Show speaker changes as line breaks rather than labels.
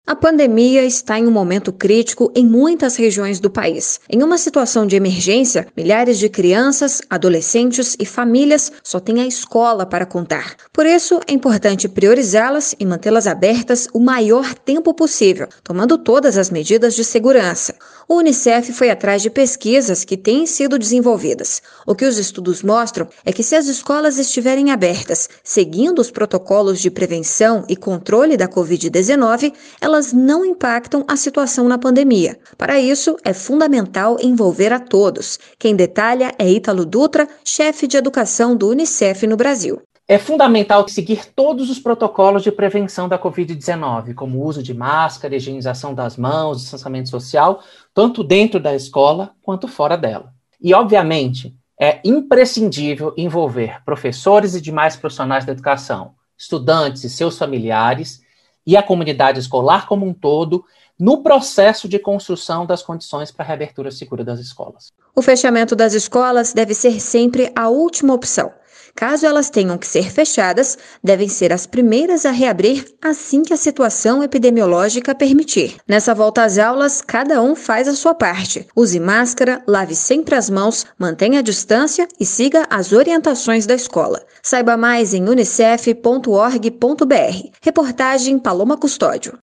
A pandemia está em um momento crítico em muitas regiões do país. Em uma situação de emergência, milhares de crianças, adolescentes e famílias só têm a escola para contar. Por isso, é importante priorizá-las e mantê-las abertas o maior tempo possível, tomando todas as medidas de segurança. O Unicef foi atrás de pesquisas que têm sido desenvolvidas. O que os estudos mostram é que se as escolas estiverem abertas, seguindo os protocolos de prevenção e controle da Covid-19, elas não impactam a situação na pandemia. Para isso, é fundamental envolver a todos. Quem detalha é Ítalo Dutra, chefe de educação do Unicef no Brasil.
É fundamental seguir todos os protocolos de prevenção da Covid-19, como o uso de máscara, higienização das mãos, distanciamento social, tanto dentro da escola quanto fora dela. E, obviamente, é imprescindível envolver professores e demais profissionais da educação, estudantes e seus familiares, e a comunidade escolar como um todo, no processo de construção das condições para a reabertura segura das escolas.
O fechamento das escolas deve ser sempre a última opção. Caso elas tenham que ser fechadas, devem ser as primeiras a reabrir assim que a situação epidemiológica permitir. Nessa volta às aulas, cada um faz a sua parte. Use máscara, lave sempre as mãos, mantenha a distância e siga as orientações da escola. Saiba mais em unicef.org.br. Reportagem Paloma Custódio.